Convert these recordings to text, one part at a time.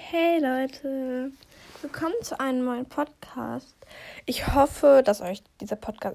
Hey Leute, willkommen zu einem neuen Podcast. Ich hoffe, dass euch dieser Podcast,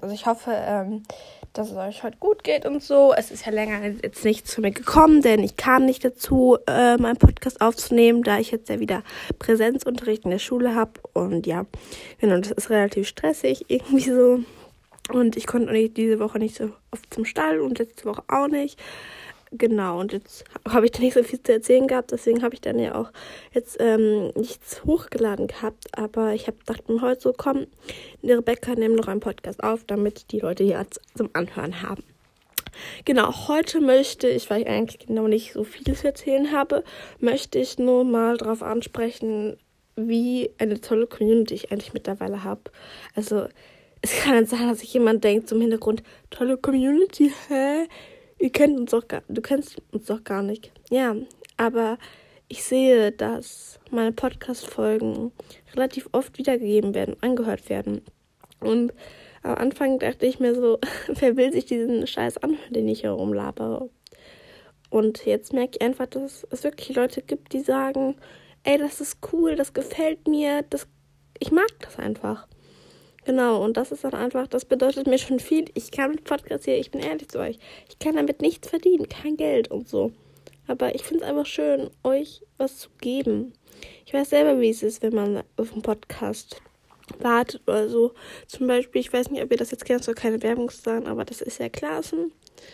dass es euch heute gut geht und so. Es ist ja länger jetzt nicht zu mir gekommen, denn ich kam nicht dazu, meinen Podcast aufzunehmen, da ich jetzt ja wieder Präsenzunterricht in der Schule habe. Und ja, genau, das ist relativ stressig irgendwie so. Und ich konnte diese Woche nicht so oft zum Stall und letzte Woche auch nicht. Genau, und jetzt habe ich da nicht so viel zu erzählen gehabt, deswegen habe ich dann ja auch jetzt nichts hochgeladen gehabt, aber ich habe gedacht, heute so, komm, die Rebecca, nimm noch einen Podcast auf, damit die Leute hier zum Anhören haben. Genau, heute möchte ich, weil ich eigentlich genau nicht so viel zu erzählen habe, möchte ich nur mal darauf ansprechen, wie eine tolle Community ich eigentlich mittlerweile habe. Also, es kann nicht sein, dass sich jemand denkt zum Hintergrund, tolle Community, hä? Du kennst uns doch gar nicht. Ja, aber ich sehe, dass meine Podcast-Folgen relativ oft wiedergegeben werden, angehört werden. Und am Anfang dachte ich mir so, wer will sich diesen Scheiß anhören, den ich hier rumlabere? Und jetzt merke ich einfach, dass es wirklich Leute gibt, die sagen, ey, das ist cool, das gefällt mir, ich mag das einfach. Genau, und das ist dann einfach, das bedeutet mir schon viel. Ich kann mit Podcasts hier, ich bin ehrlich zu euch, ich kann damit nichts verdienen, kein Geld und so. Aber ich finde es einfach schön, euch was zu geben. Ich weiß selber, wie es ist, wenn man auf einen Podcast wartet oder so. Zum Beispiel, ich weiß nicht, ob ihr das jetzt kennt, soll keine Werbung sein, aber das ist ja Klassen.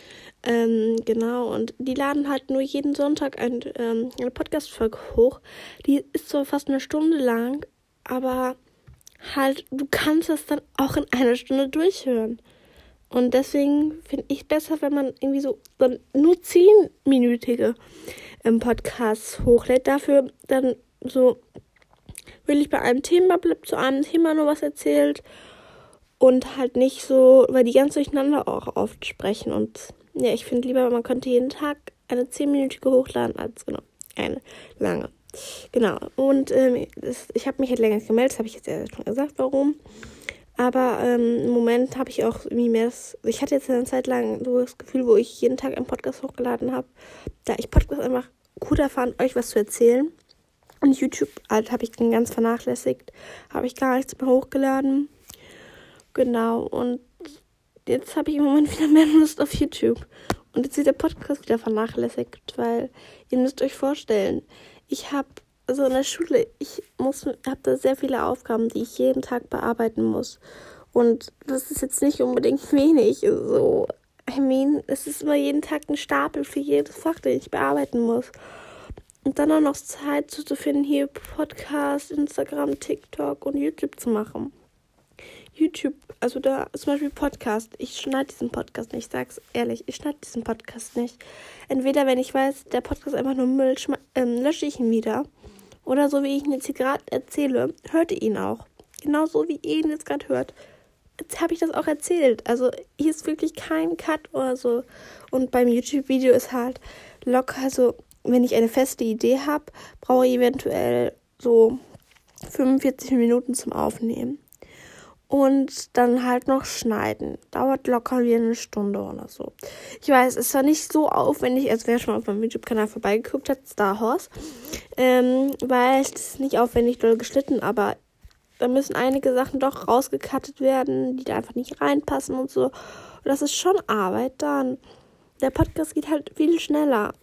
Genau, und die laden halt nur jeden Sonntag eine Podcast-Folge hoch. Die ist zwar fast eine Stunde lang, aber halt, du kannst das dann auch in einer Stunde durchhören. Und deswegen finde ich besser, wenn man irgendwie so nur 10-minütige Podcasts hochlädt. Dafür dann so wirklich bei einem Thema bleibt, zu einem Thema nur was erzählt. Und halt nicht so, weil die ganz durcheinander auch oft sprechen. Und ja, ich finde lieber, man könnte jeden Tag eine 10-minütige hochladen als eine lange. Genau, und ich habe mich halt länger gemeldet, das habe ich jetzt ja schon gesagt, warum. Aber im Moment habe ich auch irgendwie mehr, ich hatte jetzt eine Zeit lang so das Gefühl, wo ich jeden Tag einen Podcast hochgeladen habe, da ich Podcast einfach cooler fand, euch was zu erzählen. Und YouTube halt habe ich den ganz vernachlässigt, habe ich gar nichts mehr hochgeladen. Genau, und jetzt habe ich im Moment wieder mehr Lust auf YouTube. Und jetzt wird der Podcast wieder vernachlässigt, weil ihr müsst euch vorstellen, ich habe in der Schule, habe da sehr viele Aufgaben, die ich jeden Tag bearbeiten muss. Und das ist jetzt nicht unbedingt wenig. So, es ist immer jeden Tag ein Stapel für jedes Fach, den ich bearbeiten muss. Und dann auch noch Zeit zu finden, hier Podcast, Instagram, TikTok und YouTube zu machen. YouTube, also da zum Beispiel Podcast. Ich schneide diesen Podcast nicht, ich sag's ehrlich, ich schneide diesen Podcast nicht. Entweder, wenn ich weiß, der Podcast einfach nur Müll, lösche ich ihn wieder. Oder so, wie ich ihn jetzt hier gerade erzähle, hört ihr ihn auch. Genauso wie ihr ihn jetzt gerade hört. Jetzt habe ich das auch erzählt. Also hier ist wirklich kein Cut oder so. Und beim YouTube-Video ist halt locker, also wenn ich eine feste Idee habe, brauche ich eventuell so 45 Minuten zum Aufnehmen. Und dann halt noch schneiden. Dauert locker wie eine Stunde oder so. Ich weiß, es war nicht so aufwendig, als wer schon mal auf meinem YouTube-Kanal vorbeigeguckt hat, Star Horse. Weil es ist nicht aufwendig doll geschnitten, aber da müssen einige Sachen doch rausgecuttet werden, die da einfach nicht reinpassen und so. Und das ist schon Arbeit dann. Der Podcast geht halt viel schneller.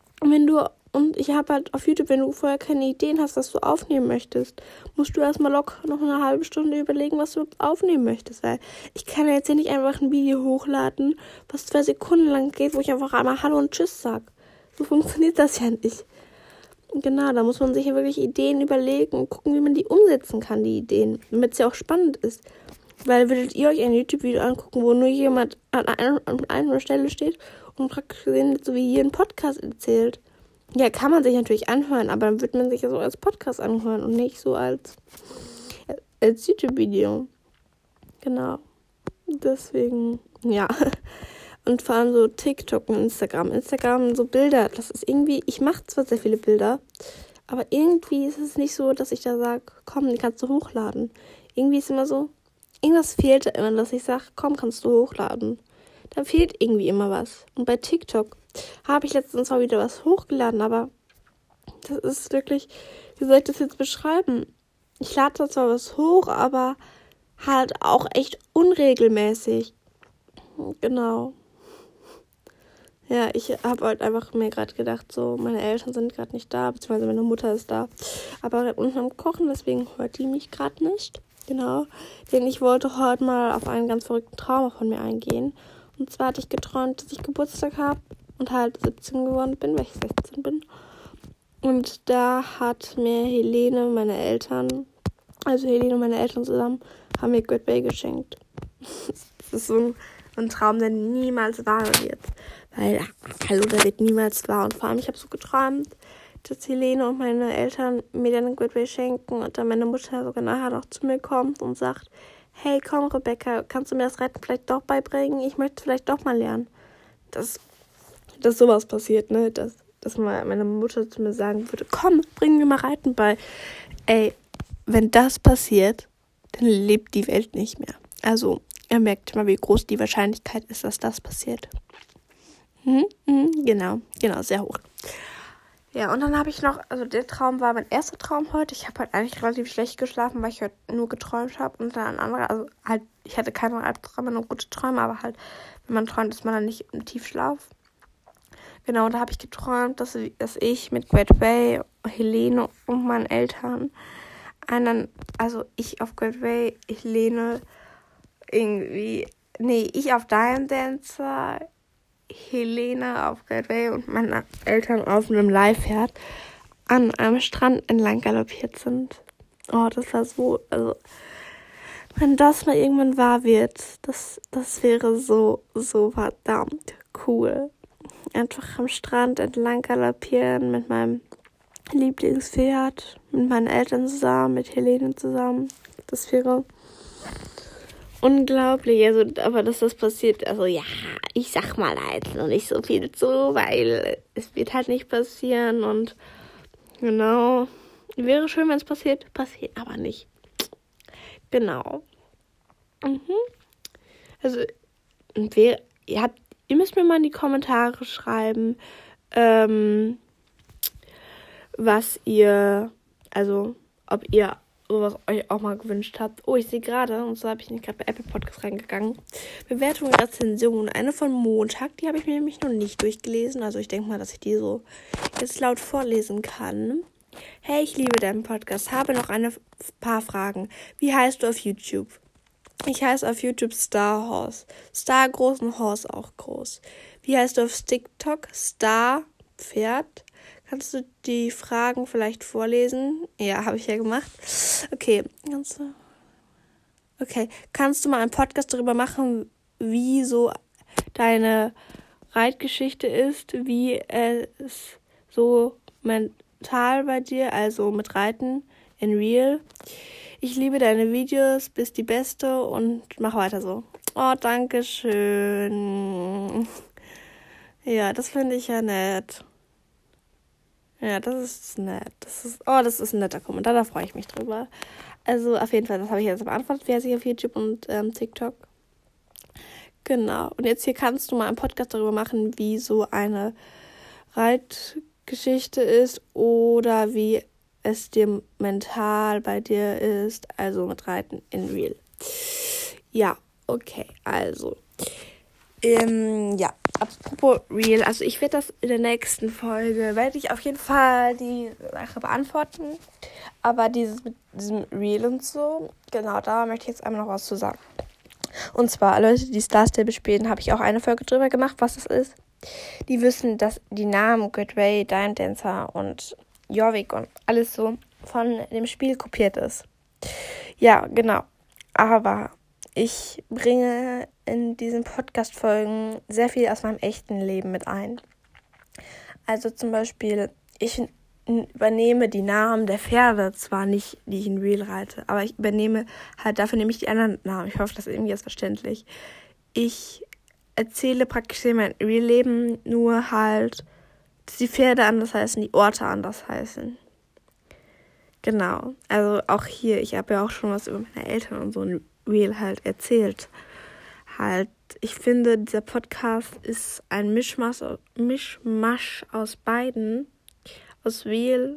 Und ich habe halt auf YouTube, wenn du vorher keine Ideen hast, was du aufnehmen möchtest, musst du erstmal locker noch eine halbe Stunde überlegen, was du aufnehmen möchtest. Weil ich kann ja jetzt hier nicht einfach ein Video hochladen, was 2 Sekunden lang geht, wo ich einfach einmal Hallo und Tschüss sag. So funktioniert das ja nicht. Genau, da muss man sich ja wirklich Ideen überlegen und gucken, wie man die umsetzen kann, die Ideen, damit es ja auch spannend ist. Weil würdet ihr euch ein YouTube-Video angucken, wo nur jemand an einer Stelle steht und praktisch gesehen so wie hier einen Podcast erzählt. Ja, kann man sich natürlich anhören, aber dann wird man sich ja so als Podcast anhören und nicht so als YouTube-Video. Genau. Deswegen, ja. Und vor allem so TikTok und Instagram. Instagram, so Bilder, das ist irgendwie, ich mache zwar sehr viele Bilder, aber irgendwie ist es nicht so, dass ich da sage, komm, die kannst du hochladen. Irgendwie ist immer so, irgendwas fehlt da immer, dass ich sage, komm, kannst du hochladen. Da fehlt irgendwie immer was. Und bei TikTok habe ich letztens zwar wieder was hochgeladen, aber Das ist wirklich, wie soll ich das jetzt beschreiben? Ich lade da zwar was hoch, aber halt auch echt unregelmäßig. Genau. Ja, ich habe halt einfach mir gerade gedacht, so, meine Eltern sind gerade nicht da, beziehungsweise meine Mutter ist da, aber gerade unten am Kochen, deswegen hört die mich gerade nicht. Genau. Denn ich wollte heute mal auf einen ganz verrückten Traum von mir eingehen. Und zwar hatte ich geträumt, dass ich Geburtstag habe und halt 17 geworden bin, weil ich 16 bin. Und da hat mir Helene und meine Eltern zusammen, haben mir Great Bay geschenkt. Das ist so ein Traum, der niemals wahr wird. Weil, hallo, der wird niemals wahr. Und vor allem, ich habe so geträumt, dass Helene und meine Eltern mir dann ein Great Bay schenken und dann meine Mutter sogar nachher noch zu mir kommt und sagt, hey, komm, Rebecca, kannst du mir das Reiten vielleicht doch beibringen? Ich möchte vielleicht doch mal lernen. Dass sowas passiert, ne? Dass mal meine Mutter zu mir sagen würde, komm, bring mir mal Reiten bei. Ey, wenn das passiert, dann lebt die Welt nicht mehr. Also, ihr merkt mal, wie groß die Wahrscheinlichkeit ist, dass das passiert. Genau, sehr hoch. Ja, und dann habe ich noch, also der Traum war mein erster Traum heute. Ich habe halt eigentlich relativ schlecht geschlafen, weil ich heute nur geträumt habe. Und dann ein anderer, also halt, ich hatte keine Albträume, nur gute Träume, aber halt, wenn man träumt, ist man dann nicht im Tiefschlaf. Genau, da habe ich geträumt, dass ich mit Great Bay, Helene und meinen Eltern ich auf Great Bay, Helene ich auf Diamond Dancer, Helene auf Great Bay und meine Eltern auf einem Live-Pferd an einem Strand entlang galoppiert sind. Oh, das war so, also wenn das mal irgendwann wahr wird, das wäre so verdammt cool. Einfach am Strand entlang galoppieren mit meinem Lieblingspferd, mit meinen Eltern zusammen, mit Helene zusammen. Das wäre unglaublich. Also, aber dass das passiert, also ja, ich sag mal halt noch nicht so viel zu, weil es wird halt nicht passieren und genau. Wäre schön, wenn es passiert aber nicht. Genau. Also, ihr müsst mir mal in die Kommentare schreiben, ob ihr sowas euch auch mal gewünscht habt. Oh, ich sehe gerade, und so habe ich nicht gerade bei Apple Podcasts reingegangen. Bewertung und Rezension. Eine von Montag, die habe ich mir nämlich noch nicht durchgelesen. Also ich denke mal, dass ich die so jetzt laut vorlesen kann. Hey, ich liebe deinen Podcast. Habe noch ein paar Fragen. Wie heißt du auf YouTube? Ich heiße auf YouTube Star Horse. Star groß und Horse auch groß. Wie heißt du auf TikTok? Star Pferd. Kannst du die Fragen vielleicht vorlesen? Ja, habe ich ja gemacht. Okay. Kannst du mal einen Podcast darüber machen, wie so deine Reitgeschichte ist, wie es so mental bei dir, also mit Reiten in Real. Ich liebe deine Videos, bist die Beste und mach weiter so. Oh, danke schön. Ja, das finde ich ja nett. Ja, das ist nett. Das ist ein netter Kommentar, da freue ich mich drüber. Also auf jeden Fall, das habe ich jetzt beantwortet, wer sich auf YouTube und TikTok. Genau. Und jetzt hier kannst du mal einen Podcast darüber machen, wie so eine Reitgeschichte ist oder wie es dir mental bei dir ist, also mit Reiten in Real. Ja, okay, also. Apropos Real, also ich werde das in der nächsten Folge, werde ich auf jeden Fall die Sache beantworten, aber dieses mit diesem Real und so, genau, da möchte ich jetzt einmal noch was zu sagen. Und zwar, Leute, die Star Stable spielen, habe ich auch eine Folge drüber gemacht, was das ist. Die wissen, dass die Namen Great Bay, Diamond Dancer und Jorvik und alles so von dem Spiel kopiert ist. Ja, genau, aber ich bringe in diesen Podcast-Folgen sehr viel aus meinem echten Leben mit ein. Also zum Beispiel, ich übernehme die Namen der Pferde zwar nicht, die ich in Real reite, aber ich übernehme halt, dafür nehme ich die anderen Namen. Ich hoffe, das ist irgendwie jetzt verständlich. Ich erzähle praktisch mein Real-Leben, nur halt, dass die Pferde anders heißen, die Orte anders heißen. Genau, also auch hier, ich habe ja auch schon was über meine Eltern und so in Real halt erzählt. Halt, ich finde, dieser Podcast ist ein Mischmasch aus beiden. aus Real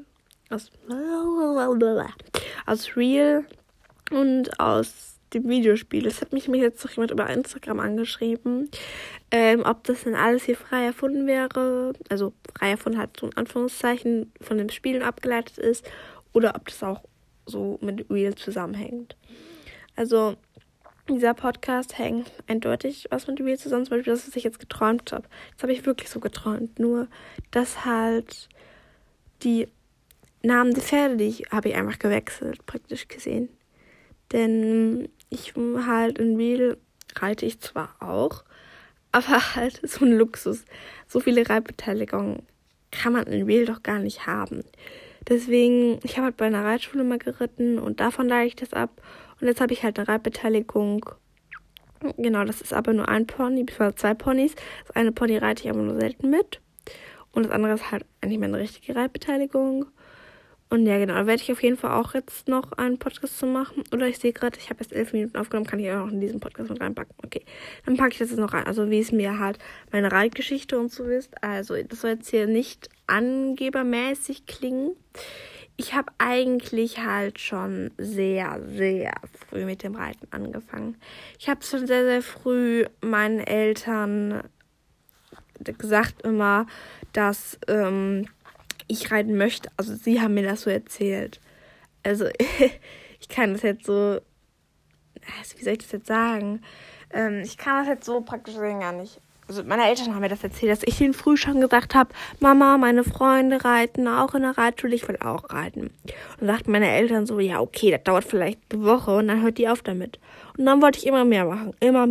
und aus dem Videospiel. Das hat mich jetzt noch jemand über Instagram angeschrieben, ob das denn alles hier frei erfunden wäre, also frei erfunden hat so in Anführungszeichen von dem Spielen abgeleitet ist, oder ob das auch so mit Real zusammenhängt. Also dieser Podcast hängt eindeutig was mit Real zusammen, zum Beispiel das, was ich jetzt geträumt habe. Das habe ich wirklich so geträumt, nur dass halt die Namen der Pferde, habe ich einfach gewechselt, praktisch gesehen. Denn ich halt in Real reite ich zwar auch, aber halt so ein Luxus. So viele Reitbeteiligungen kann man in Real doch gar nicht haben. Deswegen, ich habe halt bei einer Reitschule mal geritten und davon leite ich das ab. Und jetzt habe ich halt eine Reitbeteiligung. Genau, das ist aber nur ein Pony, beziehungsweise 2 Ponys. Das eine Pony reite ich aber nur selten mit. Und das andere ist halt eigentlich meine richtige Reitbeteiligung. Und ja, genau, da werde ich auf jeden Fall auch jetzt noch einen Podcast zu machen. Oder ich sehe gerade, ich habe erst 11 Minuten aufgenommen, kann ich auch noch in diesen Podcast mit reinpacken. Okay, dann packe ich das jetzt noch rein. Also wie es mir halt meine Reitgeschichte und so ist. Also das soll jetzt hier nicht angebermäßig klingen. Ich habe eigentlich halt schon sehr, sehr früh mit dem Reiten angefangen. Ich habe schon sehr, sehr früh meinen Eltern gesagt immer, dass ich reiten möchte. Also sie haben mir das so erzählt. Also ich kann das jetzt so, wie soll ich das jetzt sagen? Ich kann das jetzt so praktisch gar nicht. Also meine Eltern haben mir das erzählt, dass ich ihnen früh schon gesagt habe, Mama, meine Freunde reiten auch in der Reitschule, ich will auch reiten. Und sagten meine Eltern so, ja okay, das dauert vielleicht eine Woche und dann hört die auf damit. Und dann wollte ich immer mehr machen.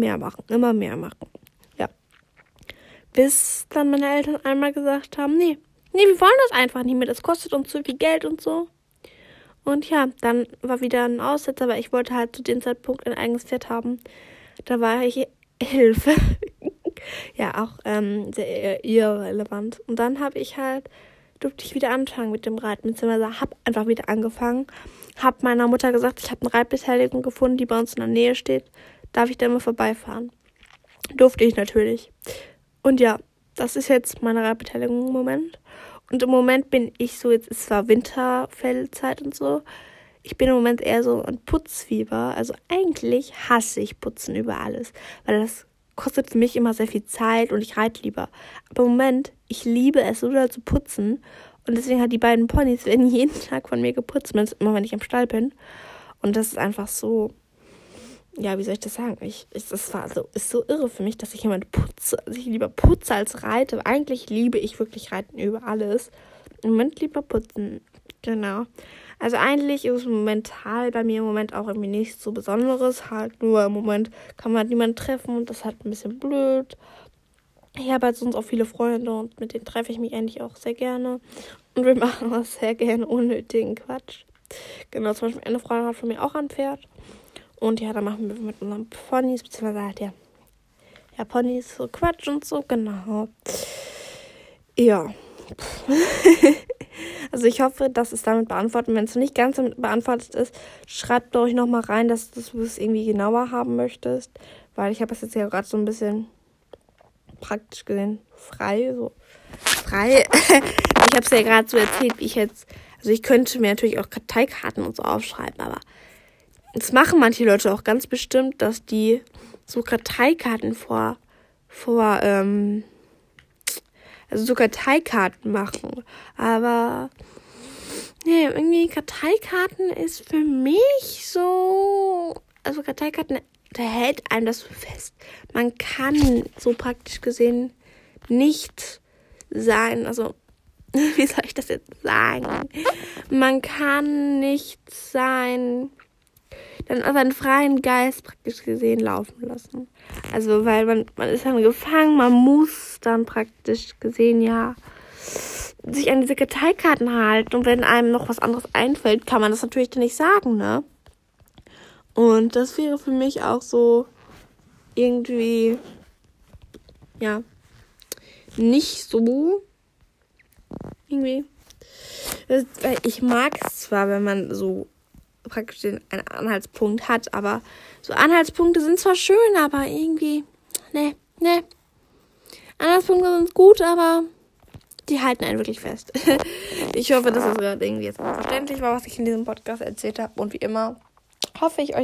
Ja. Bis dann meine Eltern einmal gesagt haben, nee, wir wollen das einfach nicht mehr, das kostet uns zu viel Geld und so. Und ja, dann war wieder ein Aussetzer, aber ich wollte halt zu dem Zeitpunkt ein eigenes Pferd haben. Da war ich Hilfe. Ja, auch sehr irrelevant. Und dann durfte ich wieder anfangen mit dem Reiten, beziehungsweise habe einfach wieder angefangen. Habe meiner Mutter gesagt, ich habe eine Reitbeteiligung gefunden, die bei uns in der Nähe steht. Darf ich da mal vorbeifahren? Durfte ich natürlich. Und ja, das ist jetzt meine Reitbeteiligung im Moment. Und im Moment bin ich so, jetzt ist zwar Winterfellzeit und so, ich bin im Moment eher so ein Putzfieber. Also eigentlich hasse ich Putzen über alles, weil das kostet für mich immer sehr viel Zeit und ich reite lieber. Aber im Moment, ich liebe es, so doll zu putzen. Und deswegen hat die beiden Ponys werden jeden Tag von mir geputzt, immer wenn ich im Stall bin. Und das ist einfach so, ja, wie soll ich das sagen? Ist so irre für mich, dass ich jemand putze. Also ich lieber putze als reite. Eigentlich liebe ich wirklich Reiten über alles. Im Moment lieber putzen. Genau. Also eigentlich ist es momentan bei mir im Moment auch irgendwie nichts so Besonderes. Halt nur im Moment kann man halt niemanden treffen und das ist halt ein bisschen blöd. Ich habe halt sonst auch viele Freunde und mit denen treffe ich mich eigentlich auch sehr gerne. Und wir machen auch sehr gerne unnötigen Quatsch. Genau, zum Beispiel eine Freundin hat von mir auch ein Pferd. Und ja, da machen wir mit unseren Ponys, beziehungsweise halt ja, Ponys so Quatsch und so, genau. Ja. Also ich hoffe, das ist damit beantwortet. Wenn es nicht ganz damit beantwortet ist, schreibt euch nochmal rein, dass du es irgendwie genauer haben möchtest. Weil ich habe es jetzt ja gerade so ein bisschen praktisch gesehen frei. Ich habe es ja gerade so erzählt, wie ich jetzt, also ich könnte mir natürlich auch Karteikarten und so aufschreiben, aber das machen manche Leute auch ganz bestimmt, dass die so Karteikarten so Karteikarten machen. Aber nee, irgendwie Karteikarten ist für mich so, also Karteikarten, da hält einem das so fest. Man kann so praktisch gesehen nicht sein, also wie soll ich das jetzt sagen? Man kann nicht dann seinen freien Geist praktisch gesehen laufen lassen. Also, weil man ist dann gefangen, man muss dann praktisch gesehen ja sich an diese Karteikarten halten und wenn einem noch was anderes einfällt, kann man das natürlich dann nicht sagen, ne? Und das wäre für mich auch so irgendwie, ja, nicht so irgendwie. Weil ich mag es zwar, wenn man so praktisch einen Anhaltspunkt hat, aber so Anhaltspunkte sind zwar schön, aber irgendwie, ne. Anhaltspunkte sind gut, aber die halten einen wirklich fest. Ich hoffe, dass es gerade irgendwie jetzt verständlich war, was ich in diesem Podcast erzählt habe. Und wie immer hoffe ich,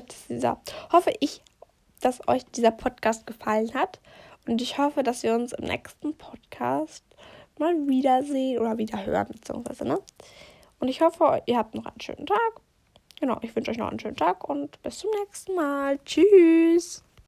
dass euch dieser Podcast gefallen hat. Und ich hoffe, dass wir uns im nächsten Podcast mal wiedersehen oder wieder hören, beziehungsweise, ne? Und ich hoffe, ihr habt noch einen schönen Tag. Genau, ich wünsche euch noch einen schönen Tag und bis zum nächsten Mal. Tschüss.